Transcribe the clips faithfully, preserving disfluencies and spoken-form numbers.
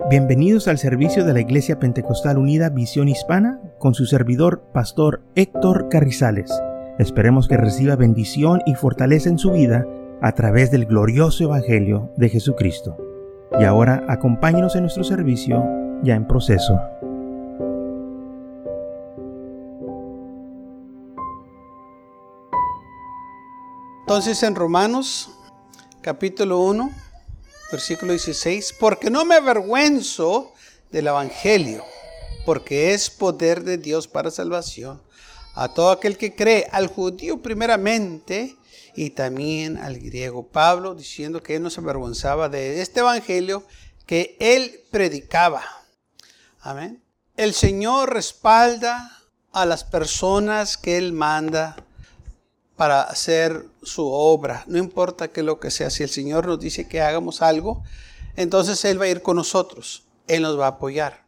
Bienvenidos al servicio de la Iglesia Pentecostal Unida Visión Hispana con su servidor, Pastor Héctor Carrizales. Esperemos que reciba bendición y fortaleza en su vida a través del glorioso Evangelio de Jesucristo. Y ahora acompáñenos en nuestro servicio ya en proceso. Entonces en Romanos capítulo uno, versículo dieciséis, porque no me avergüenzo del Evangelio, porque es poder de Dios para salvación a todo aquel que cree, al judío primeramente y también al griego. Pablo diciendo que él no se avergonzaba de este Evangelio que él predicaba. Amén. El Señor respalda a las personas que él manda para hacer su obra. No importa qué lo que sea. Si el Señor nos dice que hagamos algo, entonces Él va a ir con nosotros. Él nos va a apoyar.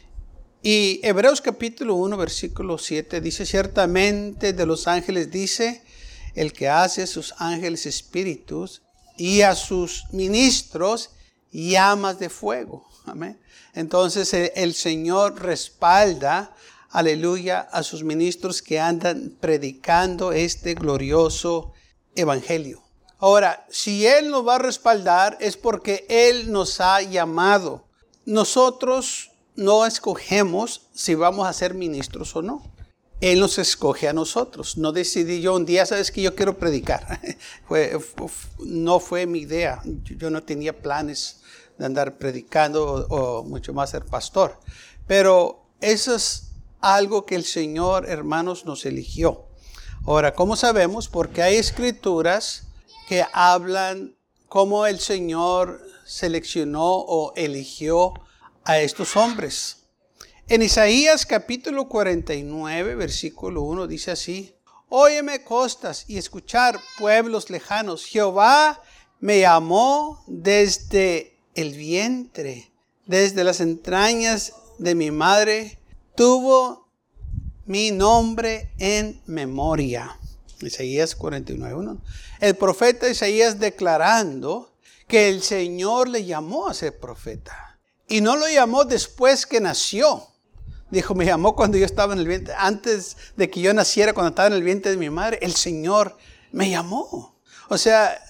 Y Hebreos capítulo uno, versículo siete dice, ciertamente de los ángeles dice, el que hace a sus ángeles espíritus y a sus ministros llamas de fuego. Amén. Entonces el, el Señor respalda, aleluya, a sus ministros que andan predicando este glorioso evangelio. Ahora, si Él nos va a respaldar es porque Él nos ha llamado. Nosotros no escogemos si vamos a ser ministros o no. Él nos escoge a nosotros. No decidí yo un día, sabes que yo quiero predicar. fue, fue, no fue mi idea. Yo, yo no tenía planes de andar predicando o, o mucho más ser pastor. Pero eso es algo que el Señor, hermanos, nos eligió. Ahora, ¿cómo sabemos? Porque hay escrituras que hablan cómo el Señor seleccionó o eligió a estos hombres. En Isaías capítulo cuarenta y nueve, versículo uno, dice así, óyeme costas y escuchar pueblos lejanos. Jehová me llamó desde el vientre, desde las entrañas de mi madre, tuvo mi nombre en memoria. Isaías cuarenta y nueve, uno. El profeta Isaías declarando que el Señor le llamó a ser profeta. Y no lo llamó después que nació. Dijo, me llamó cuando yo estaba en el vientre. Antes de que yo naciera, cuando estaba en el vientre de mi madre, el Señor me llamó. O sea,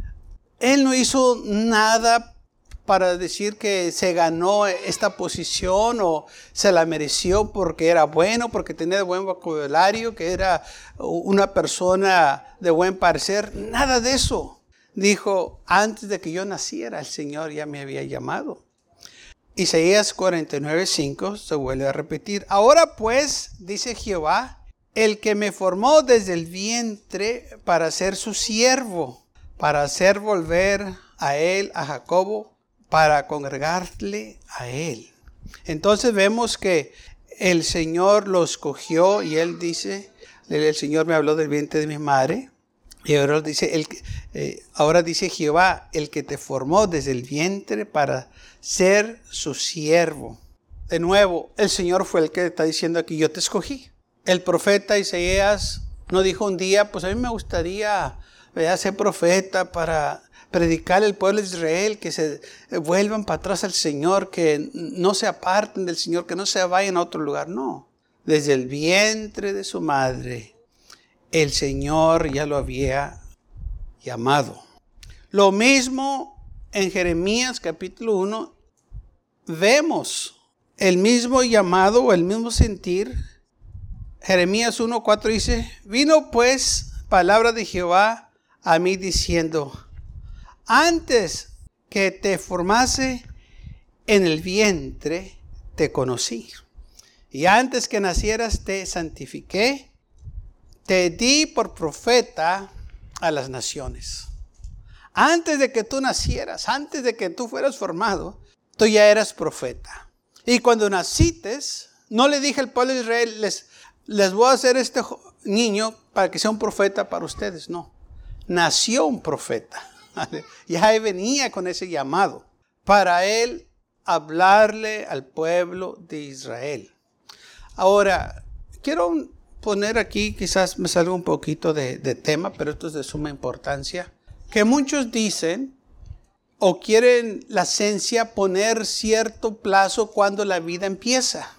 Él no hizo nada para decir que se ganó esta posición o se la mereció porque era bueno, porque tenía buen vocabulario, que era una persona de buen parecer. Nada de eso. Dijo, antes de que yo naciera, el Señor ya me había llamado. Isaías cuarenta y nueve, cinco se vuelve a repetir. Ahora pues, dice Jehová, el que me formó desde el vientre para ser su siervo, para hacer volver a él, a Jacobo, para congregarle a él. Entonces vemos que el Señor lo escogió y él dice, el Señor me habló del vientre de mi madre. Y ahora dice, el, eh, ahora dice Jehová, el que te formó desde el vientre para ser su siervo. De nuevo, el Señor fue el que está diciendo aquí, yo te escogí. El profeta Isaías no dijo un día, pues a mí me gustaría ¿verdad? ser profeta para predicar al pueblo de Israel, que se vuelvan para atrás al Señor, que no se aparten del Señor, que no se vayan a otro lugar. No, desde el vientre de su madre, el Señor ya lo había llamado. Lo mismo en Jeremías capítulo uno, vemos el mismo llamado o el mismo sentir. Jeremías uno, cuatro dice, vino pues palabra de Jehová a mí diciendo, antes que te formase en el vientre, te conocí. Y antes que nacieras, te santifiqué. Te di por profeta a las naciones. Antes de que tú nacieras, antes de que tú fueras formado, tú ya eras profeta. Y cuando nacites, no le dije al pueblo de Israel, les, les voy a hacer este niño para que sea un profeta para ustedes. No, nació un profeta. Ya venía con ese llamado para él hablarle al pueblo de Israel. Ahora, quiero poner aquí, quizás me salga un poquito de, de tema, pero esto es de suma importancia, que muchos dicen o quieren la ciencia poner cierto plazo cuando la vida empieza.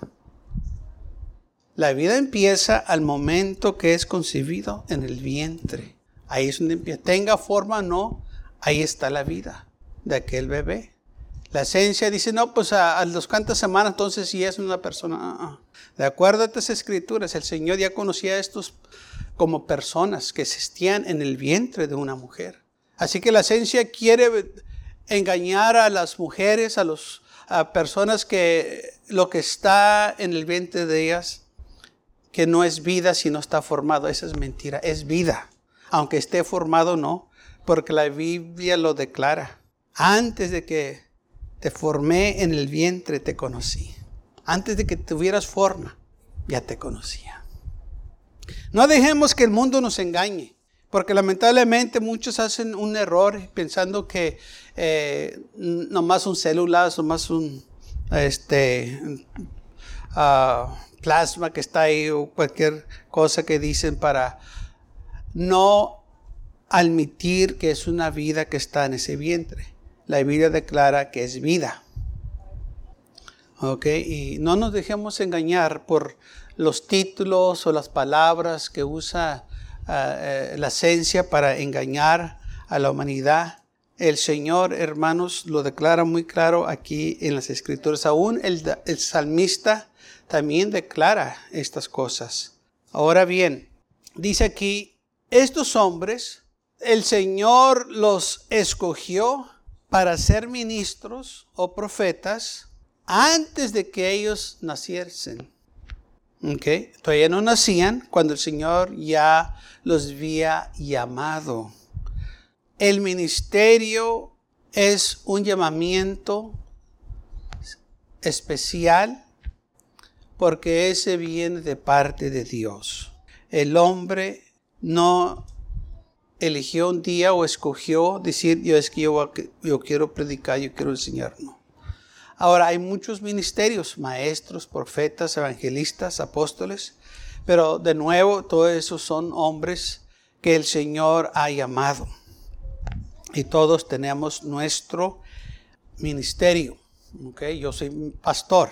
La vida empieza al momento que es concebido en el vientre. Ahí es donde empieza. Tenga forma o no, ahí está la vida de aquel bebé. La ciencia dice, no, pues a, a las cuantas semanas entonces sí es una persona. Uh, uh. De acuerdo a estas escrituras, el Señor ya conocía a estos como personas que existían en el vientre de una mujer. Así que la ciencia quiere engañar a las mujeres, a las personas que lo que está en el vientre de ellas, que no es vida si no está formado. Esa es mentira, es vida. Aunque esté formado, no, porque la Biblia lo declara. Antes de que te formé en el vientre, te conocí. Antes de que tuvieras forma, ya te conocía. No dejemos que el mundo nos engañe, porque lamentablemente muchos hacen un error pensando que eh, nomás un células, nomás un este, uh, plasma que está ahí o cualquier cosa que dicen para no admitir que es una vida que está en ese vientre. La Biblia declara que es vida. Ok, y no nos dejemos engañar por los títulos o las palabras que usa uh, uh, la ciencia para engañar a la humanidad. El Señor, hermanos, lo declara muy claro aquí en las Escrituras. Aún el, el salmista también declara estas cosas. Ahora bien, dice aquí, estos hombres, el Señor los escogió para ser ministros o profetas antes de que ellos naciesen. Okay. Todavía no nacían cuando el Señor ya los había llamado. El ministerio es un llamamiento especial porque ese viene de parte de Dios. El hombre no eligió un día o escogió decir, yo es que yo, yo quiero predicar, yo quiero enseñar. No. Ahora hay muchos ministerios, maestros, profetas, evangelistas, apóstoles, pero de nuevo todos esos son hombres que el Señor ha llamado. Y todos tenemos nuestro ministerio. Okay, yo soy pastor.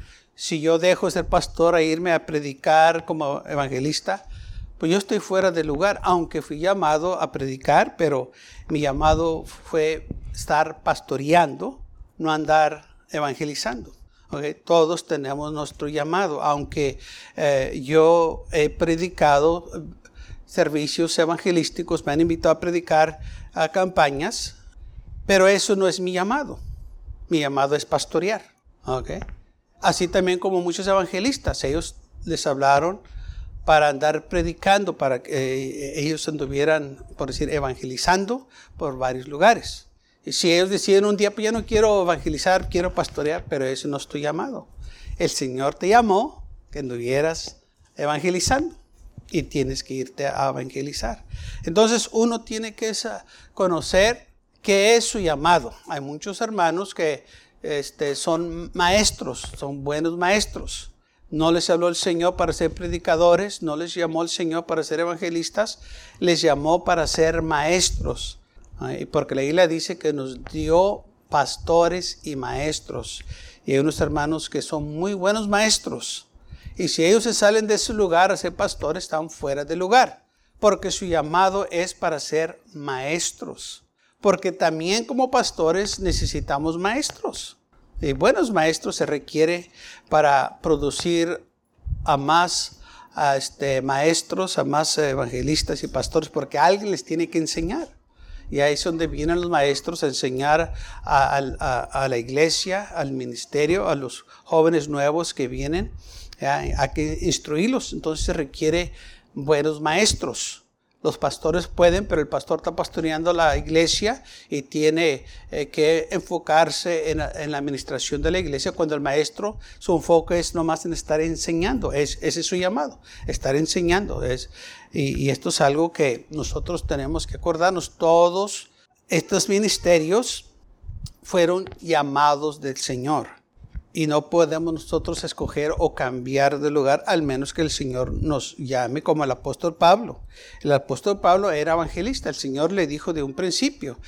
Si yo dejo de ser pastor a irme a predicar como evangelista, pues yo estoy fuera de lugar, aunque fui llamado a predicar, pero mi llamado fue estar pastoreando, no andar evangelizando. Okay, todos tenemos nuestro llamado, aunque eh, yo he predicado servicios evangelísticos, me han invitado a predicar a campañas, pero eso no es mi llamado. Mi llamado es pastorear. Okay. Así también como muchos evangelistas, ellos les hablaron para andar predicando, para que eh, ellos anduvieran, por decir, evangelizando por varios lugares. Y si ellos deciden un día, pues yo no quiero evangelizar, quiero pastorear, pero eso no es tu llamado. El Señor te llamó que anduvieras evangelizando y tienes que irte a evangelizar. Entonces uno tiene que conocer qué es su llamado. Hay muchos hermanos que este, son maestros, son buenos maestros. No les habló el Señor para ser predicadores, no les llamó el Señor para ser evangelistas, les llamó para ser maestros. Porque la Biblia dice que nos dio pastores y maestros. Y hay unos hermanos que son muy buenos maestros. Y si ellos se salen de ese lugar a ser pastores, están fuera de lugar. Porque su llamado es para ser maestros. Porque también como pastores necesitamos maestros. Y buenos maestros se requiere para producir a más a este, maestros, a más evangelistas y pastores, porque alguien les tiene que enseñar. Y ahí es donde vienen los maestros a enseñar a, a, a la iglesia, al ministerio, a los jóvenes nuevos que vienen. ¿Ya? Hay que instruirlos. Entonces se requiere buenos maestros. Los pastores pueden, pero el pastor está pastoreando la iglesia y tiene eh, que enfocarse en, en la administración de la iglesia, cuando el maestro, su enfoque es nomás en estar enseñando. Es, ese es su llamado, estar enseñando. Es, y, y esto es algo que nosotros tenemos que acordarnos. Todos estos ministerios fueron llamados del Señor. Y no podemos nosotros escoger o cambiar de lugar, al menos que el Señor nos llame, como el apóstol Pablo. El apóstol Pablo era evangelista. El Señor le dijo de un principio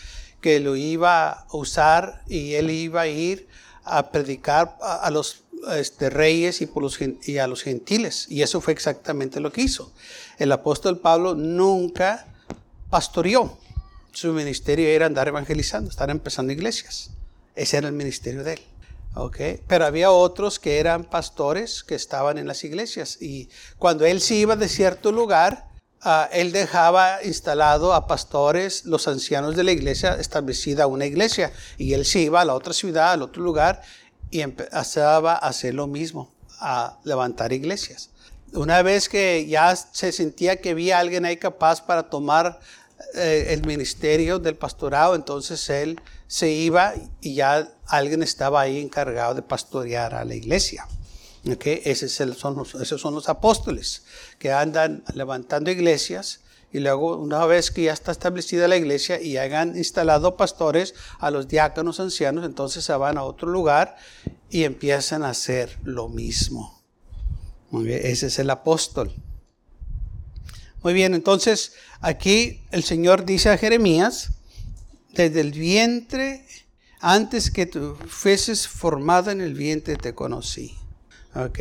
que lo iba a usar y él iba a ir a predicar a, a los este, reyes y, por los, y a los gentiles. Y eso fue exactamente lo que hizo. El apóstol Pablo nunca pastoreó. Su ministerio era andar evangelizando, estar empezando iglesias. Ese era el ministerio de él. Okay. Pero había otros que eran pastores que estaban en las iglesias. Y cuando él se iba de cierto lugar, uh, él dejaba instalado a pastores, los ancianos de la iglesia, establecida una iglesia. Y él se iba a la otra ciudad, al otro lugar, y empezaba a hacer lo mismo, a levantar iglesias. Una vez que ya se sentía que había alguien ahí capaz para tomar eh, el ministerio del pastorado, entonces él se iba y ya alguien estaba ahí encargado de pastorear a la iglesia. Okay. Esos son los, esos son los apóstoles que andan levantando iglesias. Y luego, una vez que ya está establecida la iglesia y hayan instalado pastores, a los diáconos ancianos, entonces se van a otro lugar y empiezan a hacer lo mismo. Muy bien, ese es el apóstol. Muy bien, entonces aquí el Señor dice a Jeremías, desde el vientre, antes que tú fueses formado en el vientre te conocí. Ok.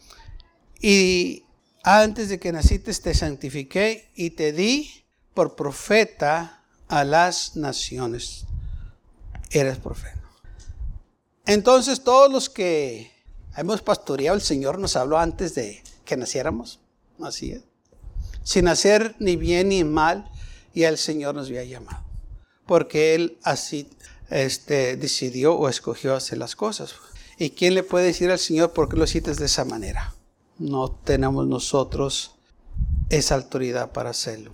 Y antes de que naciste te santifiqué y te di por profeta a las naciones. Eres profeta. Entonces todos los que hemos pastoreado, el Señor nos habló antes de que naciéramos. Así es. Sin hacer ni bien ni mal, y el Señor nos había llamado. Porque Él así este, decidió o escogió hacer las cosas. ¿Y quién le puede decir al Señor por qué lo hiciste de esa manera? No tenemos nosotros esa autoridad para hacerlo.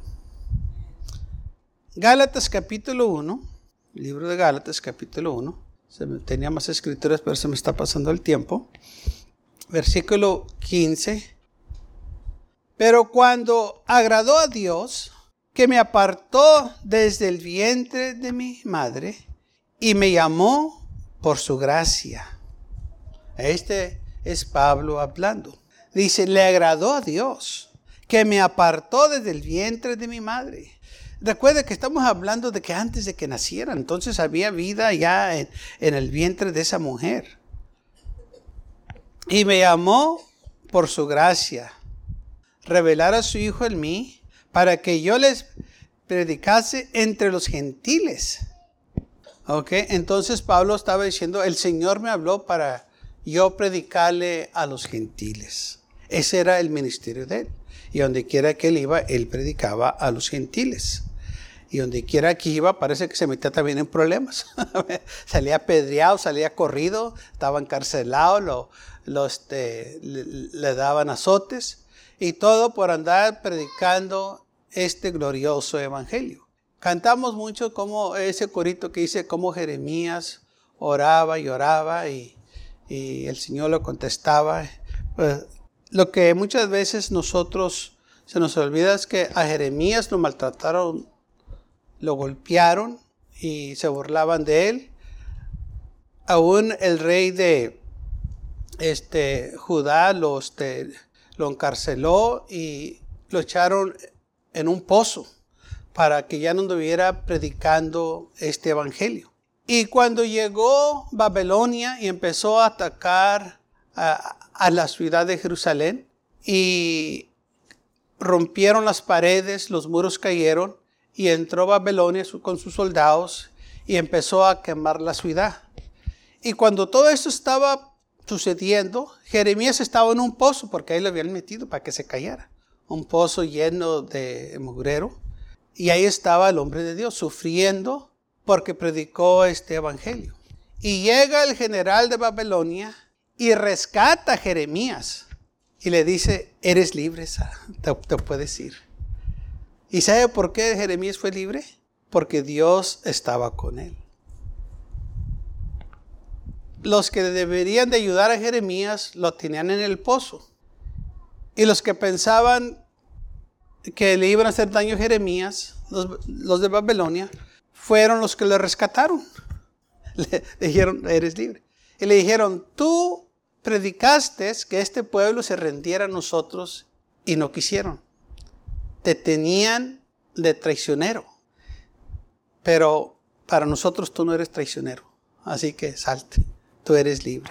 Gálatas capítulo uno, libro de Gálatas capítulo uno. Se me, tenía más escrituras, pero se me está pasando el tiempo. Versículo quince. Pero cuando agradó a Dios, que me apartó desde el vientre de mi madre y me llamó por su gracia. Este es Pablo hablando. Dice, le agradó a Dios, que me apartó desde el vientre de mi madre. Recuerda que estamos hablando de que antes de que naciera, entonces había vida ya en, en el vientre de esa mujer. Y me llamó por su gracia, revelar a su Hijo en mí, para que yo les predicase entre los gentiles. Ok, entonces Pablo estaba diciendo, el Señor me habló para yo predicarle a los gentiles. Ese era el ministerio de él. Y donde quiera que él iba, él predicaba a los gentiles. Y donde quiera que iba, parece que se metía también en problemas. Salía apedreado, salía corrido, estaba encarcelado, lo, lo, este, le, le daban azotes. Y todo por andar predicando este glorioso evangelio. Cantamos mucho como ese corito que dice cómo Jeremías oraba y oraba y Y el Señor lo contestaba. Pues, lo que muchas veces nosotros se nos olvida es que a Jeremías lo maltrataron, lo golpearon y se burlaban de él. Aún el rey de este, Judá lo, este, lo encarceló y lo echaron en un pozo para que ya no estuviera predicando este evangelio. Y cuando llegó Babilonia y empezó a atacar a, a la ciudad de Jerusalén y rompieron las paredes, los muros cayeron y entró Babilonia con sus soldados y empezó a quemar la ciudad. Y cuando todo esto estaba sucediendo, Jeremías estaba en un pozo porque ahí lo habían metido para que se cayera. Un pozo lleno de mugrero. Y ahí estaba el hombre de Dios sufriendo porque predicó este evangelio. Y llega el general de Babilonia y rescata a Jeremías. Y le dice, eres libre, te, te puedes ir. ¿Y sabe por qué Jeremías fue libre? Porque Dios estaba con él. Los que deberían de ayudar a Jeremías lo tenían en el pozo. Y los que pensaban que le iban a hacer daño a Jeremías, los, los de Babilonia, fueron los que le rescataron. Le dijeron, eres libre. Y le dijeron, tú predicaste que este pueblo se rendiera a nosotros y no quisieron. Te tenían de traicionero. Pero para nosotros tú no eres traicionero, así que salte, tú eres libre.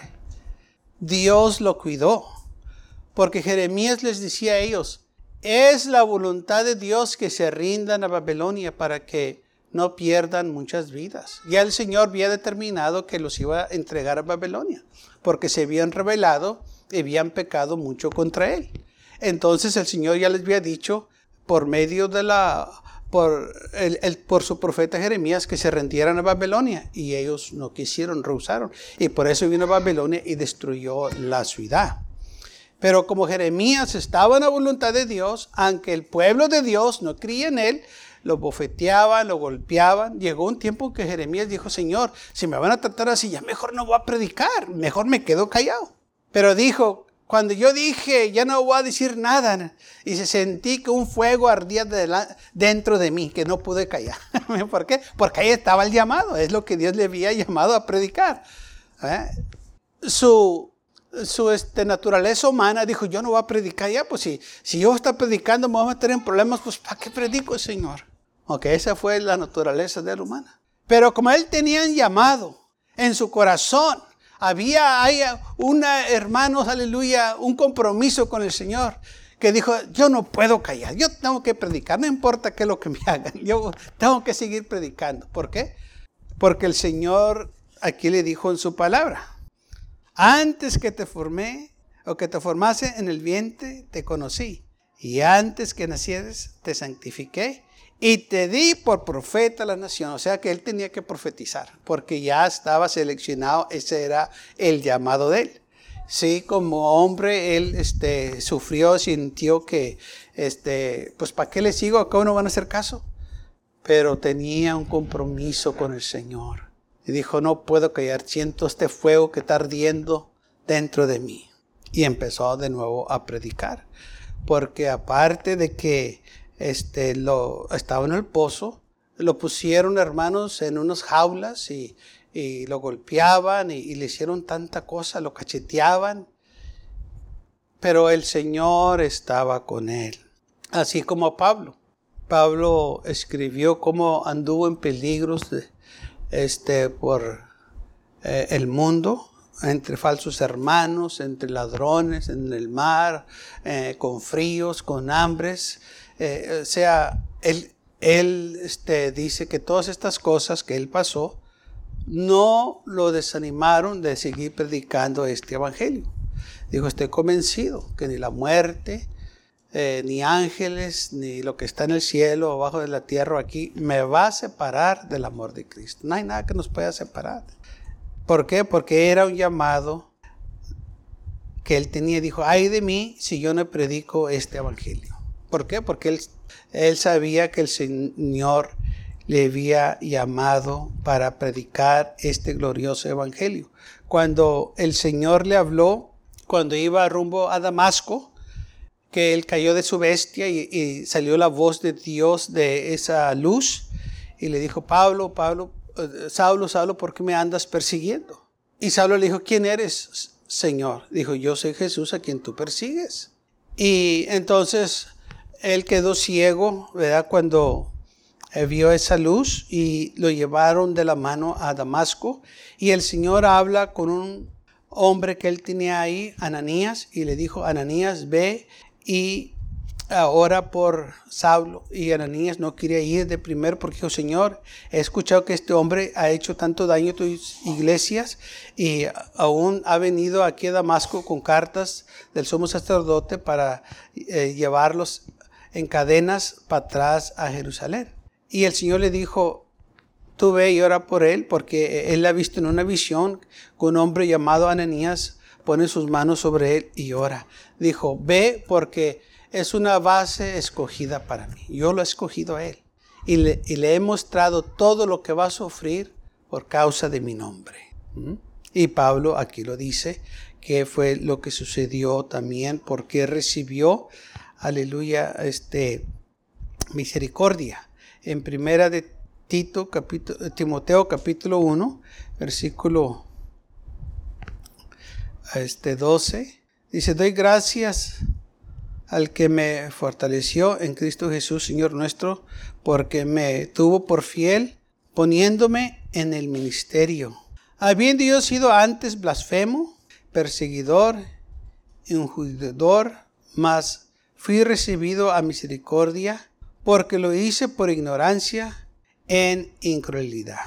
Dios lo cuidó, porque Jeremías les decía a ellos, es la voluntad de Dios que se rindan a Babilonia para que no pierdan muchas vidas. Ya el Señor había determinado que los iba a entregar a Babilonia, porque se habían rebelado y habían pecado mucho contra Él. Entonces el Señor ya les había dicho por medio de la, por, el, el, por su profeta Jeremías que se rindieran a Babilonia. Y ellos no quisieron, rehusaron. Y por eso vino a Babilonia y destruyó la ciudad. Pero como Jeremías estaba en la voluntad de Dios, aunque el pueblo de Dios no creía en Él, lo bofeteaban, lo golpeaban. Llegó un tiempo que Jeremías dijo, Señor, si me van a tratar así, ya mejor no voy a predicar, mejor me quedo callado. Pero dijo, cuando yo dije, ya no voy a decir nada, y se sentí que un fuego ardía de la, dentro de mí, que no pude callar. ¿Por qué? Porque ahí estaba el llamado, es lo que Dios le había llamado a predicar. ¿Eh? Su... Su este, naturaleza humana dijo, yo no voy a predicar ya, pues si, si yo estoy predicando me voy a meter en problemas, pues ¿para qué predico, Señor? Ok, esa fue la naturaleza de la humana. Pero como él tenía un llamado en su corazón, había hay una, hermanos, aleluya, un compromiso con el Señor, que dijo, yo no puedo callar, yo tengo que predicar, no importa qué es lo que me hagan, yo tengo que seguir predicando. ¿Por qué? Porque el Señor aquí le dijo en su palabra, antes que te formé o que te formase en el vientre, te conocí. Y antes que nacieras, te santifiqué y te di por profeta a la nación. O sea que él tenía que profetizar porque ya estaba seleccionado. Ese era el llamado de él. Sí, como hombre, él este, sufrió, sintió que, este, pues ¿para qué le sigo? ¿Acá no van a hacer caso? Pero tenía un compromiso con el Señor. Y dijo, no puedo callar, siento este fuego que está ardiendo dentro de mí. Y empezó de nuevo a predicar. Porque aparte de que este, lo, estaba en el pozo, lo pusieron, hermanos, en unas jaulas y, y lo golpeaban y, y le hicieron tanta cosa, lo cacheteaban. Pero el Señor estaba con él. Así como Pablo. Pablo escribió cómo anduvo en peligros de Este, por eh, el mundo, entre falsos hermanos, entre ladrones, en el mar, eh, con fríos, con hambres. Eh, o sea, él, él este, dice que todas estas cosas que él pasó no lo desanimaron de seguir predicando este evangelio. Dijo, estoy convencido que ni la muerte, Eh, ni ángeles, ni lo que está en el cielo, abajo de la tierra, aquí, me va a separar del amor de Cristo. No hay nada que nos pueda separar. ¿Por qué? Porque era un llamado que él tenía. Dijo, ay de mí si yo no predico este evangelio. ¿Por qué? Porque él, él sabía que el Señor le había llamado para predicar este glorioso evangelio. Cuando el Señor le habló, cuando iba rumbo a Damasco, que él cayó de su bestia y, y salió la voz de Dios de esa luz y le dijo, Pablo, Pablo, uh, Saulo, Saulo, ¿por qué me andas persiguiendo? Y Saulo le dijo, ¿quién eres, Señor? Dijo, yo soy Jesús a quien tú persigues. Y entonces él quedó ciego, ¿verdad? Cuando eh, vio esa luz y lo llevaron de la mano a Damasco y el Señor habla con un hombre que él tenía ahí, Ananías, y le dijo, Ananías, ve y ora por Saulo. Y Ananías no quería ir de primero porque dijo, Señor, he escuchado que este hombre ha hecho tanto daño a tus iglesias y aún ha venido aquí a Damasco con cartas del sumo sacerdote para eh, llevarlos en cadenas para atrás a Jerusalén. Y el Señor le dijo, tú ve y ora por él, porque él ha visto en una visión que un hombre llamado Ananías pone sus manos sobre él y ora. Dijo, ve porque es una base escogida para mí. Yo lo he escogido a él. Y le, y le he mostrado todo lo que va a sufrir por causa de mi nombre. ¿Mm? Y Pablo aquí lo dice, que fue lo que sucedió también, porque recibió, aleluya, este, misericordia. En primera de Tito, capítulo, Timoteo capítulo uno, versículo este, doce, dice, doy gracias al que me fortaleció en Cristo Jesús, Señor nuestro, porque me tuvo por fiel poniéndome en el ministerio. Habiendo yo sido antes blasfemo, perseguidor, injuriador, mas fui recibido a misericordia, porque lo hice por ignorancia en incredulidad.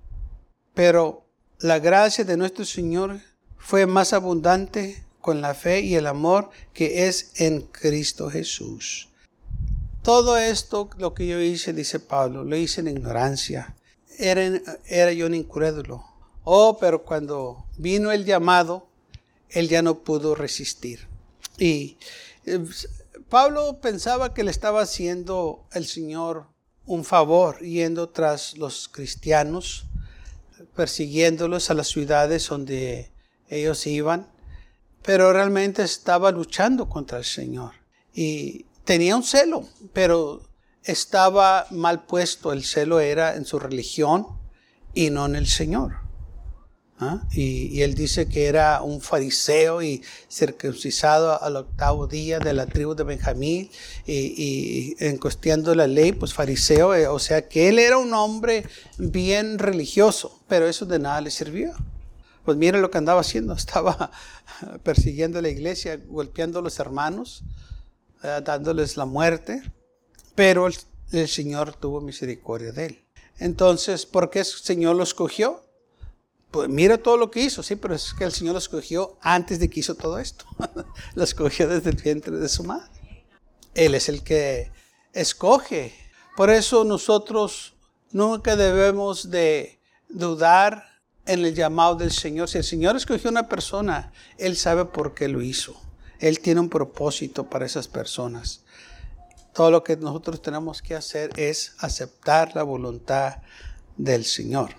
Pero la gracia de nuestro Señor fue más abundante con la fe y el amor que es en Cristo Jesús. Todo esto, lo que yo hice, dice Pablo, lo hice en ignorancia. Era, era yo un incrédulo. Oh, pero cuando vino el llamado, él ya no pudo resistir. Y eh, Pablo pensaba que le estaba haciendo el Señor un favor, yendo tras los cristianos, persiguiéndolos a las ciudades donde ellos iban, pero realmente estaba luchando contra el Señor. Y tenía un celo, pero estaba mal puesto. El celo era en su religión y no en el Señor. ¿Ah? Y, y él dice que era un fariseo y circuncisado al octavo día de la tribu de Benjamín, y, y en cuestión de la ley, pues fariseo, eh, o sea que él era un hombre bien religioso, pero eso de nada le sirvió. Pues mire lo que andaba haciendo, estaba persiguiendo a la iglesia, golpeando a los hermanos, eh, dándoles la muerte, pero el, el Señor tuvo misericordia de él. Entonces, ¿por qué el Señor lo escogió? Pues mira todo lo que hizo, sí, pero es que el Señor lo escogió antes de que hizo todo esto. Lo escogió desde el vientre de su madre. Él es el que escoge. Por eso nosotros nunca debemos de dudar en el llamado del Señor. Si el Señor escogió a una persona, Él sabe por qué lo hizo. Él tiene un propósito para esas personas. Todo lo que nosotros tenemos que hacer es aceptar la voluntad del Señor.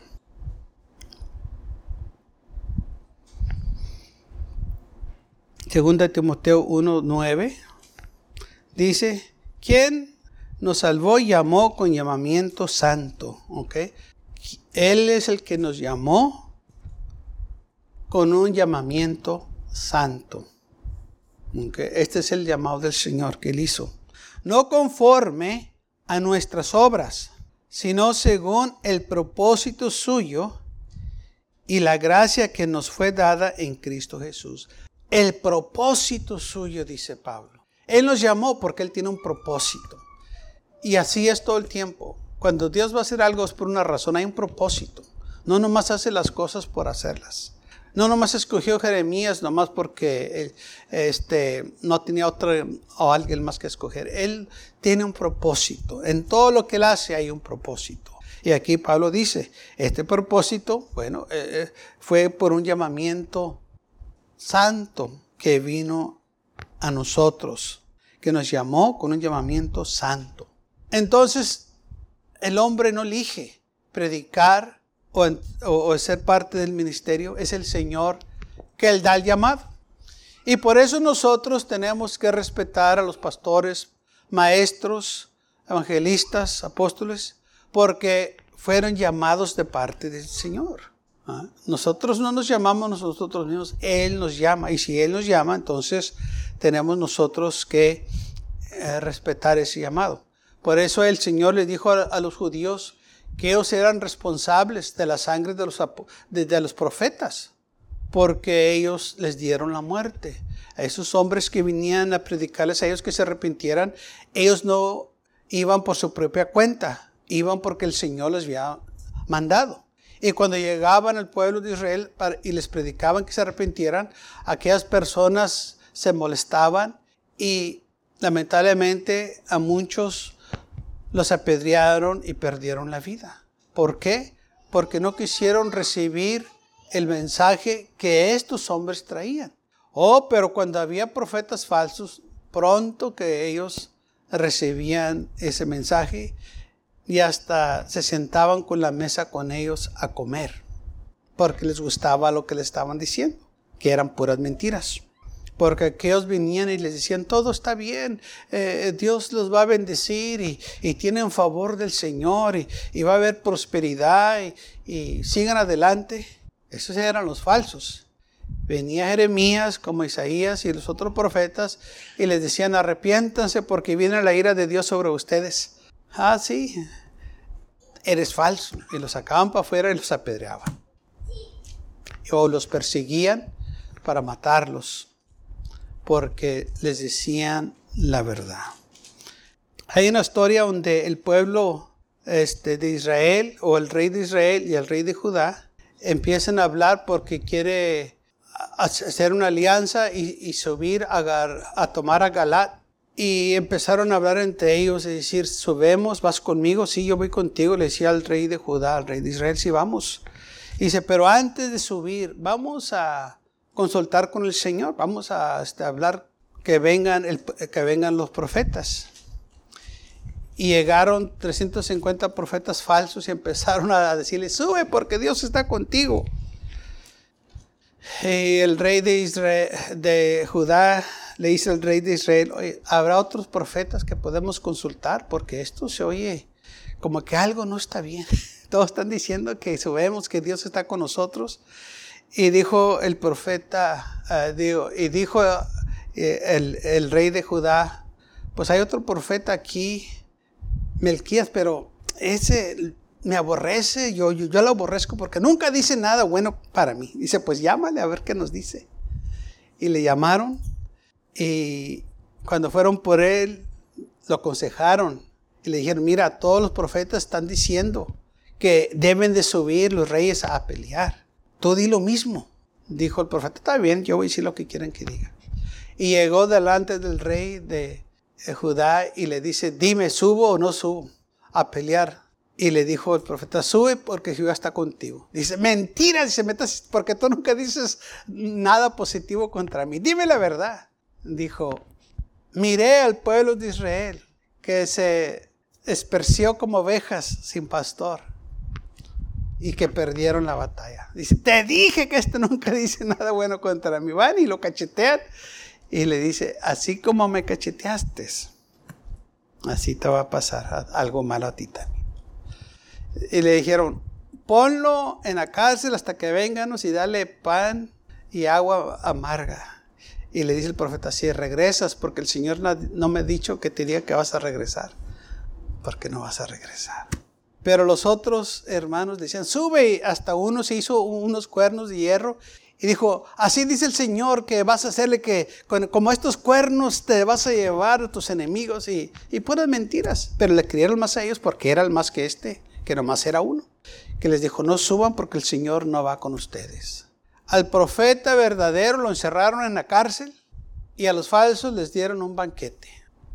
Segunda Timoteo uno nueve dice, ¿quién nos salvó y llamó con llamamiento santo? ¿Okay? Él es el que nos llamó con un llamamiento santo. ¿Okay? Este es el llamado del Señor que Él hizo. No conforme a nuestras obras, sino según el propósito suyo y la gracia que nos fue dada en Cristo Jesús. El propósito suyo, dice Pablo. Él nos llamó porque Él tiene un propósito. Y así es todo el tiempo. Cuando Dios va a hacer algo es por una razón, hay un propósito. No nomás hace las cosas por hacerlas. No nomás escogió a Jeremías nomás porque este, no tenía otro o alguien más que escoger. Él tiene un propósito. En todo lo que Él hace hay un propósito. Y aquí Pablo dice, este propósito, bueno, eh, fue por un llamamiento santo que vino a nosotros, que nos llamó con un llamamiento santo. Entonces, el hombre no elige predicar o, o, o ser parte del ministerio, es el Señor que Él da el llamado. Y por eso nosotros tenemos que respetar a los pastores, maestros, evangelistas, apóstoles, porque fueron llamados de parte del Señor. ¿Ah? Nosotros no nos llamamos nosotros mismos, Él nos llama. Y si Él nos llama, entonces tenemos nosotros que eh, respetar ese llamado. Por eso el Señor le dijo a, a los judíos que ellos eran responsables de la sangre de los, de, de los profetas, porque ellos les dieron la muerte. A esos hombres que venían a predicarles a ellos que se arrepintieran, ellos no iban por su propia cuenta, iban porque el Señor les había mandado. Y cuando llegaban al pueblo de Israel y les predicaban que se arrepintieran, aquellas personas se molestaban y lamentablemente a muchos los apedrearon y perdieron la vida. ¿Por qué? Porque no quisieron recibir el mensaje que estos hombres traían. Oh, pero cuando había profetas falsos, pronto que ellos recibían ese mensaje y hasta se sentaban con la mesa con ellos a comer, porque les gustaba lo que les estaban diciendo, que eran puras mentiras. Porque aquellos venían y les decían, todo está bien, eh, Dios los va a bendecir y, y tienen favor del Señor y, y va a haber prosperidad y, y sigan adelante. Esos eran los falsos. Venía Jeremías como Isaías y los otros profetas y les decían, arrepiéntanse porque viene la ira de Dios sobre ustedes. Ah, sí. eres falso. Y los sacaban para afuera y los apedreaban. O los perseguían para matarlos, porque les decían la verdad. Hay una historia donde el pueblo este, de Israel, o el rey de Israel y el rey de Judá, empiezan a hablar porque quiere hacer una alianza y, y subir a, Gar, a tomar a Galat. Y empezaron a hablar entre ellos y decir, subemos, vas conmigo, sí, yo voy contigo. Le decía al rey de Judá, al rey de Israel, sí, vamos. Y dice, pero antes de subir, vamos a consultar con el Señor, vamos a este, hablar que vengan, el, que vengan los profetas. Y llegaron trescientos cincuenta profetas falsos y empezaron a decirle, sube porque Dios está contigo. Y el rey de, Israel, de Judá le dice al rey de Israel, oye, ¿habrá otros profetas que podemos consultar? Porque esto se oye como que algo no está bien. Todos están diciendo que subemos, que Dios está con nosotros. Y dijo el profeta, uh, digo, y dijo uh, el, el rey de Judá, pues hay otro profeta aquí, Melquías, pero ese me aborrece, yo, yo, yo lo aborrezco porque nunca dice nada bueno para mí. Dice, pues llámale a ver qué nos dice. Y le llamaron y cuando fueron por él, lo aconsejaron y le dijeron, mira, todos los profetas están diciendo que deben de subir los reyes a pelear. Tú di lo mismo. Dijo el profeta, está bien, yo voy a decir lo que quieren que diga. Y llegó delante del rey de Judá y le dice, dime, ¿subo o no subo a pelear? Y le dijo el profeta, sube porque Jehová está contigo. Dice, mentira, dice, metas porque tú nunca dices nada positivo contra mí. Dime la verdad. Dijo, miré al pueblo de Israel que se esparció como ovejas sin pastor y que perdieron la batalla. Dice, te dije que este nunca dice nada bueno contra mí. Van y lo cachetean y le dice, así como me cacheteaste, así te va a pasar algo malo a ti también. Y le dijeron, ponlo en la cárcel hasta que venganos y dale pan y agua amarga. Y le dice el profeta, si regresas, porque el Señor no me ha dicho que te diga que vas a regresar, porque no vas a regresar. Pero los otros hermanos decían, sube, y hasta uno se hizo unos cuernos de hierro y dijo, así dice el Señor que vas a hacerle que, como estos cuernos te vas a llevar a tus enemigos y, y puras mentiras. Pero le creyeron más a ellos porque era el más que este, que nomás era uno, que les dijo, no suban porque el Señor no va con ustedes. Al profeta verdadero lo encerraron en la cárcel y a los falsos les dieron un banquete.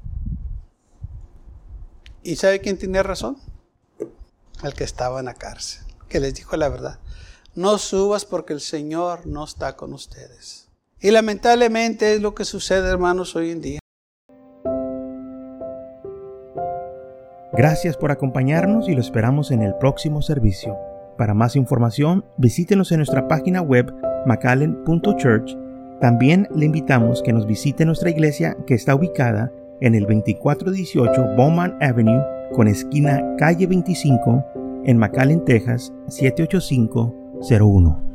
¿Y sabe quién tenía razón? El que estaba en la cárcel, que les dijo la verdad. No subas porque el Señor no está con ustedes. Y lamentablemente es lo que sucede, hermanos, hoy en día. Gracias por acompañarnos y lo esperamos en el próximo servicio. Para más información, visítenos en nuestra página web macallen punto church. También le invitamos que nos visite nuestra iglesia que está ubicada en el veinticuatro dieciocho Bowman Avenue con esquina calle veinticinco en McAllen, Texas siete ocho cinco cero uno.